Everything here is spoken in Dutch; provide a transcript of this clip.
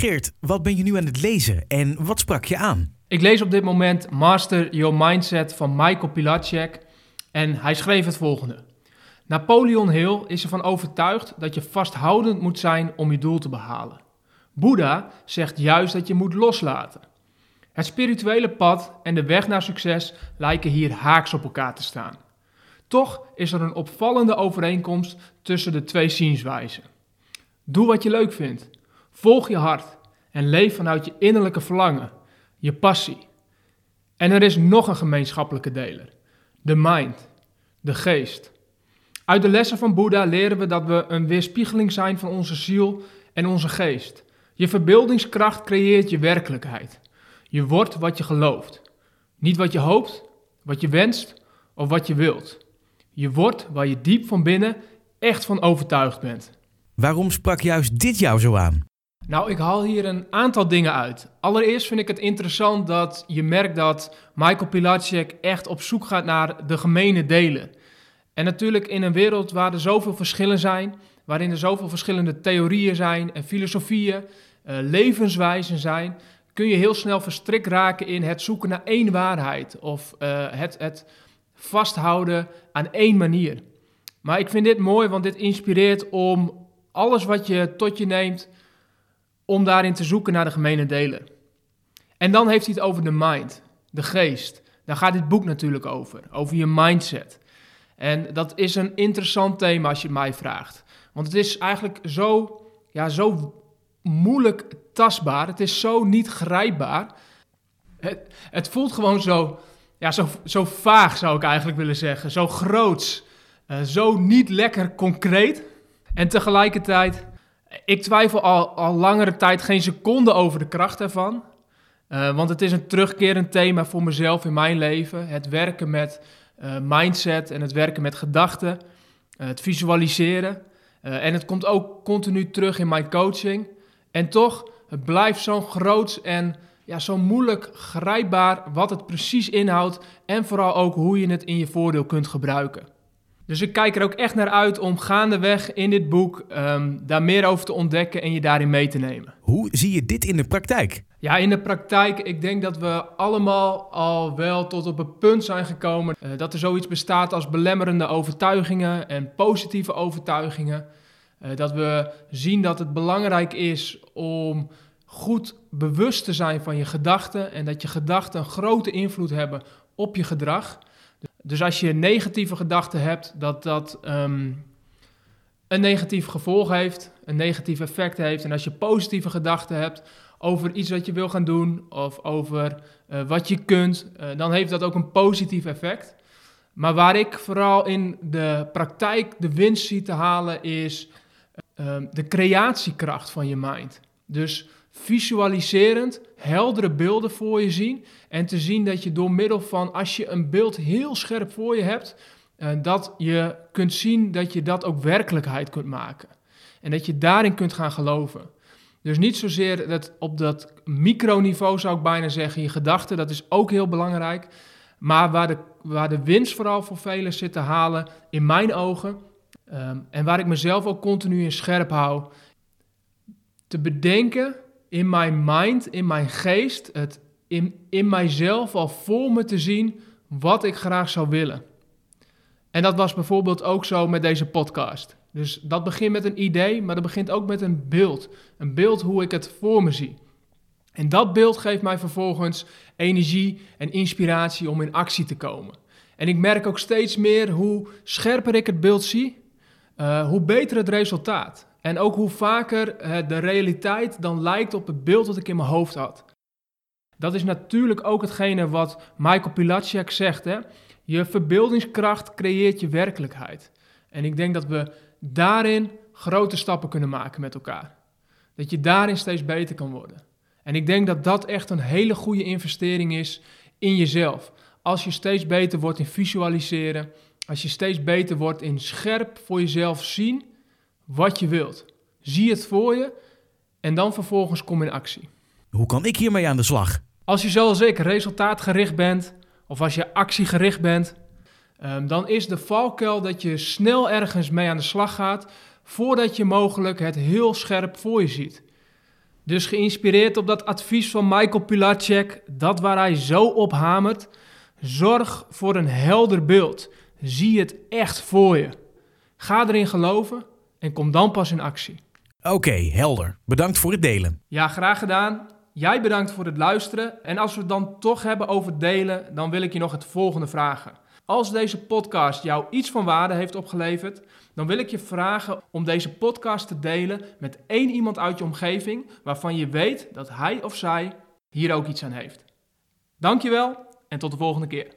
Geert, wat ben je nu aan het lezen en wat sprak je aan? Ik lees op dit moment Master Your Mindset van Michael Pilatschek en hij schreef het volgende. Napoleon Hill is ervan overtuigd dat je vasthoudend moet zijn om je doel te behalen. Boeddha zegt juist dat je moet loslaten. Het spirituele pad en de weg naar succes lijken hier haaks op elkaar te staan. Toch is er een opvallende overeenkomst tussen de twee zienswijzen. Doe wat je leuk vindt, volg je hart en leef vanuit je innerlijke verlangen, je passie. En er is nog een gemeenschappelijke deler, de mind, de geest. Uit de lessen van Boeddha leren we dat we een weerspiegeling zijn van onze ziel en onze geest. Je verbeeldingskracht creëert je werkelijkheid. Je wordt wat je gelooft. Niet wat je hoopt, wat je wenst of wat je wilt. Je wordt waar je diep van binnen echt van overtuigd bent. Waarom sprak juist dit jou zo aan? Nou, ik haal hier een aantal dingen uit. Allereerst vind ik het interessant dat je merkt dat Michael Pilatschek echt op zoek gaat naar de gemene delen. En natuurlijk in een wereld waar er zoveel verschillen zijn, waarin er zoveel verschillende theorieën zijn en filosofieën, levenswijzen zijn, kun je heel snel verstrikt raken in het zoeken naar één waarheid of het vasthouden aan één manier. Maar ik vind dit mooi, want dit inspireert om alles wat je tot je neemt, om daarin te zoeken naar de gemene delen. En dan heeft hij het over de mind, de geest. Daar gaat dit boek natuurlijk over je mindset. En dat is een interessant thema als je het mij vraagt. Want het is eigenlijk zo moeilijk tastbaar. Het is zo niet grijpbaar. Het voelt gewoon zo vaag, zou ik eigenlijk willen zeggen. Zo groots. Zo niet lekker concreet. En tegelijkertijd, ik twijfel al langere tijd geen seconde over de kracht ervan. Want het is een terugkerend thema voor mezelf in mijn leven. Het werken met mindset en het werken met gedachten. Het visualiseren. En het komt ook continu terug in mijn coaching. En toch, het blijft zo groots en zo moeilijk grijpbaar wat het precies inhoudt. En vooral ook hoe je het in je voordeel kunt gebruiken. Dus ik kijk er ook echt naar uit om gaandeweg in dit boek daar meer over te ontdekken en je daarin mee te nemen. Hoe zie je dit in de praktijk? Ja, in de praktijk, ik denk dat we allemaal al wel tot op het punt zijn gekomen dat er zoiets bestaat als belemmerende overtuigingen en positieve overtuigingen. Dat we zien dat het belangrijk is om goed bewust te zijn van je gedachten en dat je gedachten een grote invloed hebben op je gedrag. Dus als je negatieve gedachten hebt, dat een negatief gevolg heeft, een negatief effect heeft. En als je positieve gedachten hebt over iets wat je wil gaan doen of over wat je kunt, dan heeft dat ook een positief effect. Maar waar ik vooral in de praktijk de winst zie te halen is de creatiekracht van je mind. Dus visualiserend, heldere beelden voor je zien en te zien dat je door middel van, als je een beeld heel scherp voor je hebt, dat je kunt zien dat je dat ook werkelijkheid kunt maken. En dat je daarin kunt gaan geloven. Dus niet zozeer dat op dat microniveau zou ik bijna zeggen, je gedachten, dat is ook heel belangrijk. Maar waar de winst vooral voor velen zit te halen, in mijn ogen, en waar ik mezelf ook continu in scherp hou, te bedenken in mijn mind, in mijn geest, het in mijzelf al voor me te zien wat ik graag zou willen. En dat was bijvoorbeeld ook zo met deze podcast. Dus dat begint met een idee, maar dat begint ook met een beeld. Een beeld hoe ik het voor me zie. En dat beeld geeft mij vervolgens energie en inspiratie om in actie te komen. En ik merk ook steeds meer hoe scherper ik het beeld zie, hoe beter het resultaat. En ook hoe vaker de realiteit dan lijkt op het beeld dat ik in mijn hoofd had. Dat is natuurlijk ook hetgene wat Michael Pilatschek zegt. Hè? Je verbeeldingskracht creëert je werkelijkheid. En ik denk dat we daarin grote stappen kunnen maken met elkaar. Dat je daarin steeds beter kan worden. En ik denk dat dat echt een hele goede investering is in jezelf. Als je steeds beter wordt in visualiseren, als je steeds beter wordt in scherp voor jezelf zien wat je wilt. Zie het voor je en dan vervolgens kom in actie. Hoe kan ik hiermee aan de slag? Als je zoals ik resultaatgericht bent of als je actiegericht bent, dan is de valkuil dat je snel ergens mee aan de slag gaat voordat je mogelijk het heel scherp voor je ziet. Dus geïnspireerd op dat advies van Michael Pilarczyk, dat waar hij zo op hamert, zorg voor een helder beeld. Zie het echt voor je. Ga erin geloven en kom dan pas in actie. Oké, helder. Bedankt voor het delen. Ja, graag gedaan. Jij bedankt voor het luisteren. En als we het dan toch hebben over delen, dan wil ik je nog het volgende vragen. Als deze podcast jou iets van waarde heeft opgeleverd, dan wil ik je vragen om deze podcast te delen met 1 iemand uit je omgeving waarvan je weet dat hij of zij hier ook iets aan heeft. Dankjewel en tot de volgende keer.